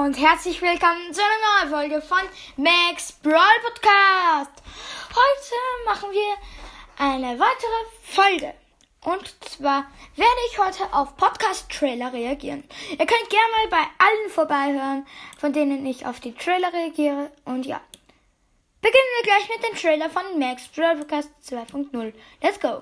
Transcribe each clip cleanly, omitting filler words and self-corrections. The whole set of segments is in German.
und herzlich willkommen zu einer neuen Folge von Max Brawl Podcast. Heute machen wir eine weitere Folge. Und zwar werde ich heute auf Podcast-Trailer reagieren. Ihr könnt gerne mal bei allen vorbeihören, von denen ich auf die Trailer reagiere. Und ja, beginnen wir gleich mit dem Trailer von Max Brawl Podcast 2.0. Let's go!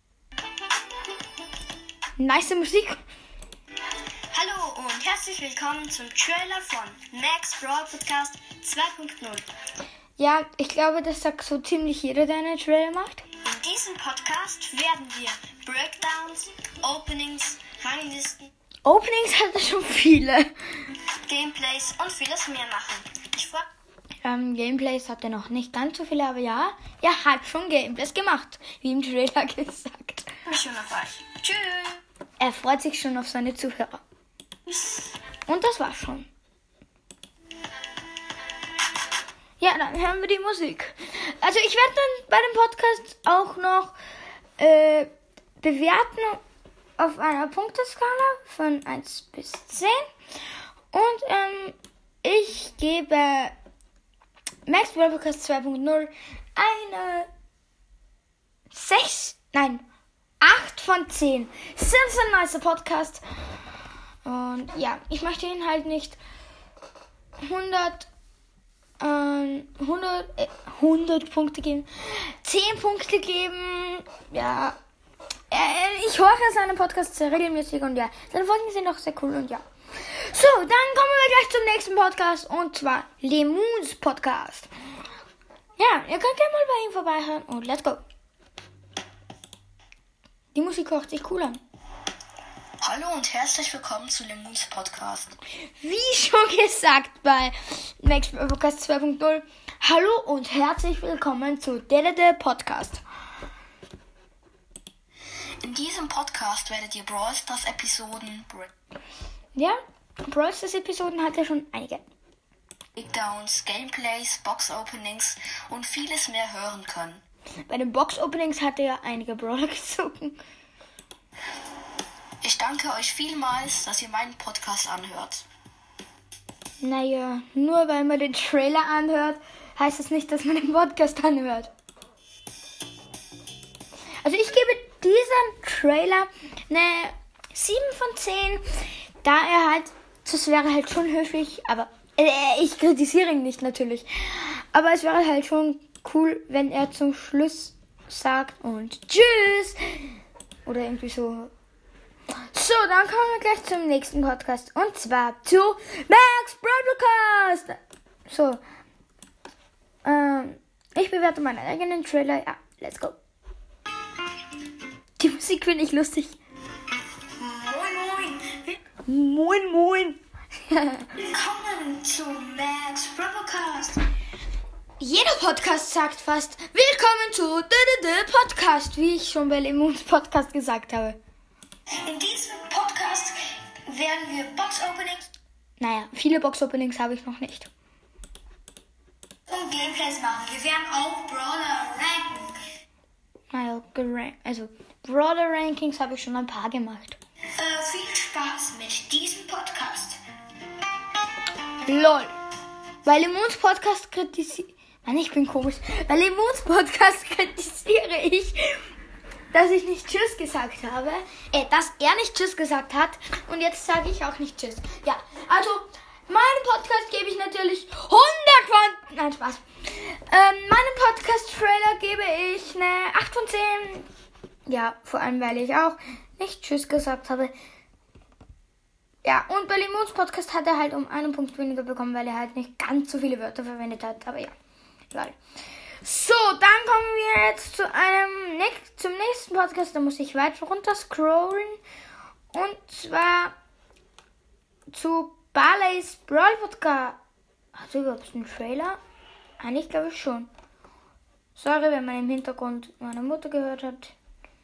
Nice Musik. Hallo und herzlich willkommen zum Trailer von Max Brawl Podcast 2.0. Ja, ich glaube, das sagt so ziemlich jeder, der einen Trailer macht. In diesem Podcast werden wir Breakdowns, Openings, Ranglisten, Openings hat er schon viele. Gameplays und vieles mehr machen. Ich freue Gameplays hat er noch nicht ganz so viele, aber ja, er hat schon Gameplays gemacht, wie im Trailer gesagt. mich schon auf euch. Tschüss. Er freut sich schon auf seine Zuhörer. Und das war's schon. Ja, dann hören wir die Musik. Also ich werde dann bei dem Podcast auch noch bewerten auf einer Punkteskala von 1 bis 10. Und ich gebe Max Brawl Podcast 2.0 eine 8 von 10. Das ist ein nicer Podcast. Und ja, ich möchte ihn halt nicht 100 Punkte geben. 10 Punkte geben. Ja. Ich höre seinen Podcast sehr regelmäßig und ja, seine Folgen sind auch sehr cool und ja. So, dann kommen wir gleich zum nächsten Podcast und zwar Lemons Podcast. Ja, ihr könnt gerne mal bei ihm vorbeihören und let's go. Die Musik hört sich cool an. Hallo und herzlich willkommen zu Lemons Podcast. Wie schon gesagt bei Max Podcast 2.0. Hallo und herzlich willkommen zu DDD Podcast. In diesem Podcast werdet ihr Brawl Stars Episoden, Ja, Brawl Stars Episoden hat er schon einige. Breakdowns, Gameplays, Box Openings und vieles mehr hören können. Bei den Box Openings hat er ja einige Brawler gezogen. Ich danke euch vielmals, dass ihr meinen Podcast anhört. Naja, nur weil man den Trailer anhört, heißt das nicht, dass man den Podcast anhört. Also ich gebe diesem Trailer eine 7 von 10, da er halt, das wäre halt schon höflich, aber ich kritisiere ihn nicht natürlich, aber es wäre halt schon cool, wenn er zum Schluss sagt und tschüss oder irgendwie so. So, dann kommen wir gleich zum nächsten Podcast. Und zwar zu Max Brawl Podcast. So. Ich bewerte meinen eigenen Trailer. Ja, let's go. Die Musik finde ich lustig. Moin, moin. Moin, moin. Willkommen zu Max Brawl Podcast. Jeder Podcast sagt fast willkommen zu DDD Podcast, wie ich schon bei Lemons Podcast gesagt habe. In diesem Podcast werden wir Box-Openings Naja, viele Box-Openings habe ich noch nicht. und Gameplays machen. Wir werden auch Brawler ranken. Naja, also Brawler-Rankings habe ich schon ein paar gemacht. Viel Spaß mit diesem Podcast. LOL. Bei Lemons Podcast kritisiere... Mann, ich bin komisch. Bei Lemons Podcast kritisiere ich, dass ich nicht Tschüss gesagt habe. Dass er nicht Tschüss gesagt hat. Und jetzt sage ich auch nicht Tschüss. Ja, also, meinem Podcast gebe ich natürlich 100 von... Nein, Spaß. Meinem Podcast-Trailer gebe ich eine 8 von 10. Ja, vor allem, weil ich auch nicht Tschüss gesagt habe. Ja, und bei Lemons Podcast hat er halt um einen Punkt weniger bekommen, weil er halt nicht ganz so viele Wörter verwendet hat. Aber ja, egal. So, dann kommen wir jetzt zum nächsten Podcast. Da muss ich weiter runter scrollen. Und zwar zu Barley's Brawl Podcast. Hat er überhaupt einen Trailer? Eigentlich glaube ich schon. Sorry, wenn man im Hintergrund meine Mutter gehört hat.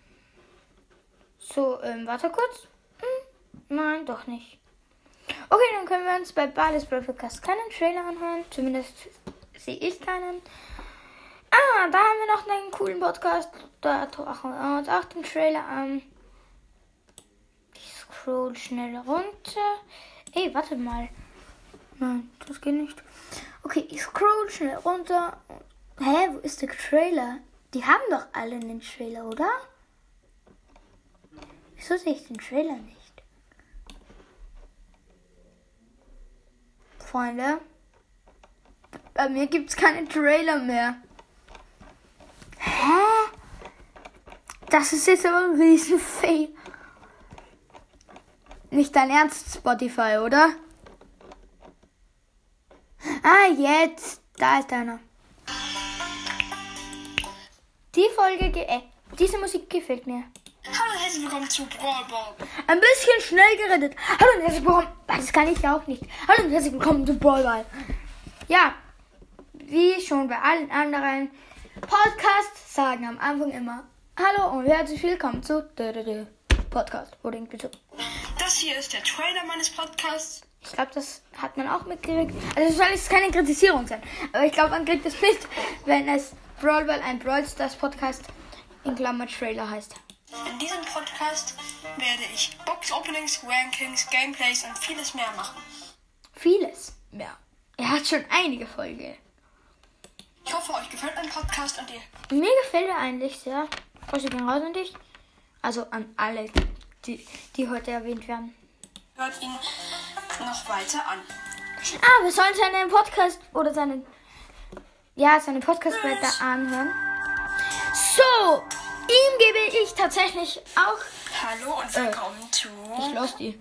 So, warte kurz. Nein, doch nicht. Okay, dann können wir uns bei Barley's Brawl Podcast keinen Trailer anhören. Zumindest sehe ich keinen. Da haben wir noch einen coolen Podcast. Da machen wir uns auch den Trailer an. Ich scroll schnell runter. Ey, warte mal. Nein, das geht nicht. Okay, ich scroll schnell runter. Hä, wo ist der Trailer? Die haben doch alle einen Trailer, oder? Wieso sehe ich den Trailer nicht? Freunde, bei mir gibt es keine Trailer mehr. Hä? Das ist jetzt aber ein Riesenfail. Nicht dein Ernst, Spotify, oder? Ah, jetzt. Da ist einer. Die Folge, diese Musik gefällt mir. Hallo und herzlich willkommen zu Brawl Ball. Ein bisschen schnell geredet. Hallo und herzlich willkommen. Das kann ich ja auch nicht. Hallo und herzlich willkommen zu Brawl Ball. Ja, wie schon bei allen anderen Podcasts sagen am Anfang immer Hallo und herzlich willkommen zu Podcast. Oder irgendwie so. Das hier ist der Trailer meines Podcasts. Ich glaube, das hat man auch mitgekriegt. Also es soll jetzt keine Kritisierung sein. Aber ich glaube, man kriegt es mit, wenn es Brawl Ball, ein Brawl Stars Podcast in Klammer Trailer heißt. In diesem Podcast werde ich Box-Openings, Rankings, Gameplays und vieles mehr machen. Vieles mehr. Er hat schon einige Folgen. Ich hoffe, euch gefällt mein Podcast und ihr Mir gefällt er eigentlich sehr. Grüße gehen raus an dich. Also an alle, die heute erwähnt werden. hört ihn noch weiter an. Ah, wir sollen seinen Podcast oder seinen Podcast weiter anhören. So, ihm gebe ich tatsächlich auch... Hallo und willkommen zu... Ich los die.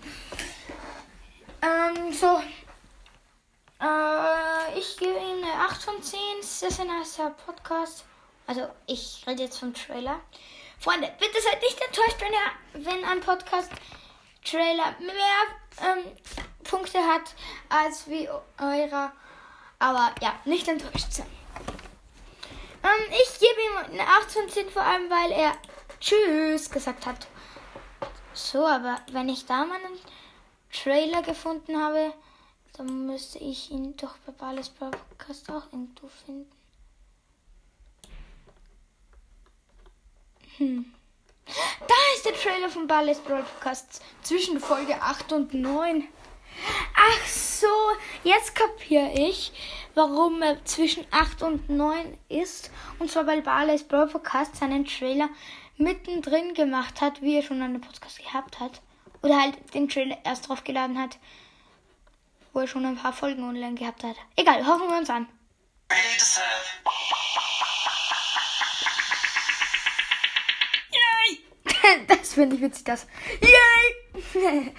Ich gebe ihm eine 8 von 10. Sehr, sehr nicer Podcast. Also, ich rede jetzt vom Trailer. Freunde, bitte seid nicht enttäuscht, wenn ein Podcast-Trailer mehr Punkte hat als wie eurer. Aber ja, nicht enttäuscht sein. Ich gebe ihm eine 8 von 10, vor allem, weil er Tschüss gesagt hat. So, aber wenn ich da mal einen Trailer gefunden habe, dann müsste ich ihn doch bei Barley's Brawl Podcast auch irgendwo finden. Da ist der Trailer von Barley's Brawl Podcast zwischen Folge 8 und 9. Ach so, jetzt kapiere ich, warum er zwischen 8 und 9 ist. Und zwar, weil Barley's Brawl Podcast seinen Trailer mittendrin gemacht hat, wie er schon einen Podcast gehabt hat. Oder halt den Trailer erst draufgeladen hat, wo er schon ein paar Folgen online gehabt hat. Egal, hören wir uns an. Yay! Das finde ich witzig, das. Yay!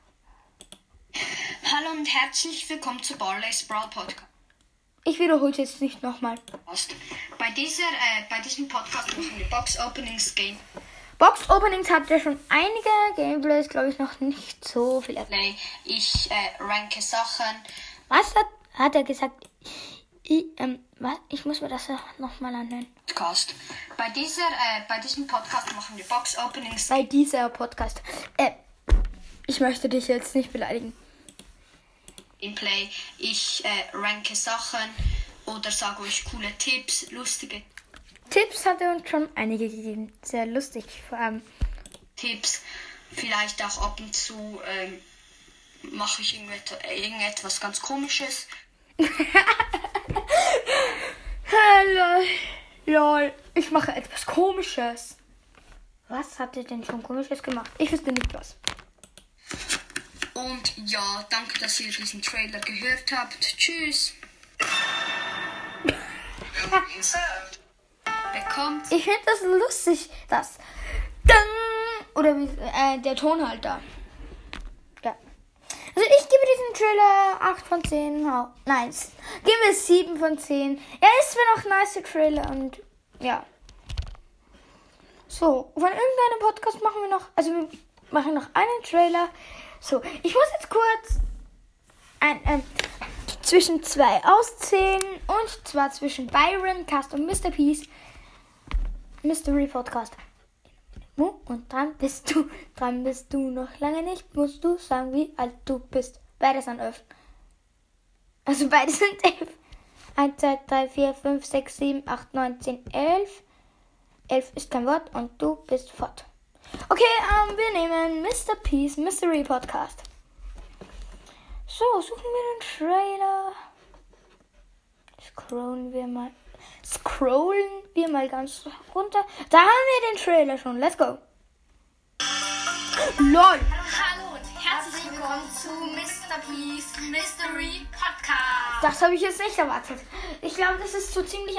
Hallo und herzlich willkommen zu Barley's Brawl Podcast. Ich wiederhole es jetzt nicht nochmal. Bei diesem Podcast machen wir Box-Openings, Box-Openings hat er schon einige, Gameplays glaube ich noch nicht so viel. Gameplay. Ich ranke Sachen. Was hat er gesagt? Ich muss mir das nochmal anhören. Podcast. Bei diesem Podcast machen wir Box-Openings. Bei dieser Podcast. Ich möchte dich jetzt nicht beleidigen. Gameplay. Ich ranke Sachen oder sage euch coole Tipps, lustige Tipps hat er uns schon einige gegeben. Sehr lustig vor allem. Tipps. Vielleicht auch ab und zu mache ich irgendetwas ganz Komisches. Hallo. Lol. Ich mache etwas Komisches. Was habt ihr denn schon Komisches gemacht? Ich wüsste nicht was. Und ja, danke, dass ihr diesen Trailer gehört habt. Tschüss. Bekommt. Ich finde das lustig, das Dang oder wie der Ton halt da. Ja. Also ich gebe diesem Trailer 8 von 10. Nice. Geben wir 7 von 10. Er ist zwar noch ein nice Trailer und ja. So, von irgendeinem Podcast machen wir noch, also wir machen noch einen Trailer. So, ich muss jetzt kurz zwischen 2 auszählen, und zwar zwischen Byron Cast und Mr. Peace Mystery Podcast. Und dran bist du noch lange nicht, musst du sagen, wie alt du bist. Beide sind 11. Also beide sind 11. 1, 2, 3, 4, 5, 6, 7, 8, 9, 10, 11. 11 ist kein Wort und du bist fort. Okay, wir nehmen Mr. Peace Mystery Podcast. So, suchen wir den Trailer. Scrollen wir mal ganz runter. Da haben wir den Trailer schon. Let's go. LOL. Hallo und herzlich willkommen zu Mr. P's Mystery Podcast. Das habe ich jetzt nicht erwartet. Ich glaube, das ist so ziemlich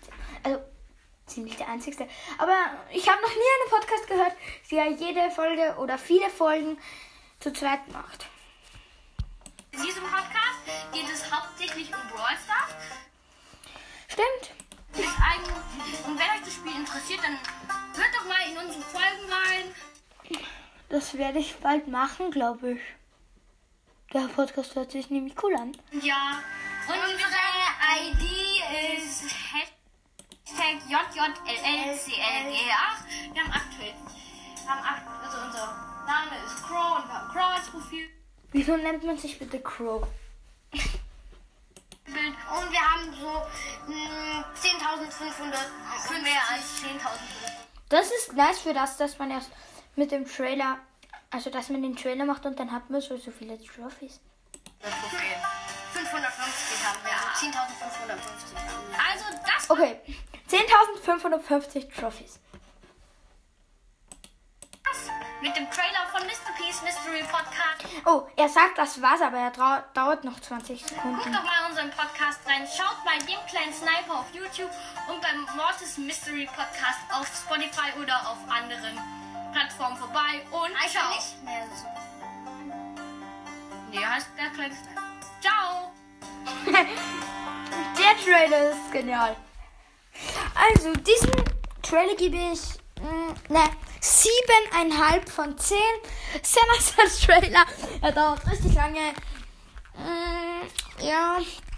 der einzigste. Aber ich habe noch nie einen Podcast gehört, der jede Folge oder viele Folgen zu zweit macht. In diesem Podcast geht es hauptsächlich um Brawl Stars. Stimmt. Und wenn euch das Spiel interessiert, dann hört doch mal in unsere Folgen rein. Das werde ich bald machen, glaube ich. Der Podcast hört sich nämlich cool an. Ja. Und unsere ID ist #JJLLCLG8. Also unser Name ist Crow und wir haben Crow als Profil. Wieso nennt man sich bitte Crow? Und wir haben so 10.500, mehr als 10.500. Das ist nice für das, dass man erst mit dem Trailer, also dass man den Trailer macht und dann hat man so viele Trophies. 550 haben wir, also 10.550 haben wir. Also das Okay, 10.550 Trophies. mit dem Trailer von Mr. P's Mystery Podcast. Oh, er sagt, das war's, aber er dauert noch 20 Guckt Sekunden. doch mal in unseren Podcast rein. Schaut bei dem kleinen Sniper auf YouTube und beim Mortis Mystery Podcast auf Spotify oder auf anderen Plattformen vorbei. Und ciao. Nicht mehr so. Nee, heißt der kleine Sniper. Ciao. Der Trailer ist genial. Also, diesen Trailer gebe ich 7,5 von 10. Sehr nice Trailer. Er dauert richtig lange. Ja.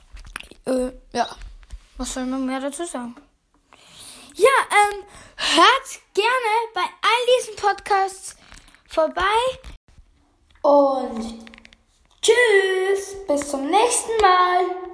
Was soll man mehr dazu sagen? Ja, hört gerne bei all diesen Podcasts vorbei. Und tschüss. Bis zum nächsten Mal.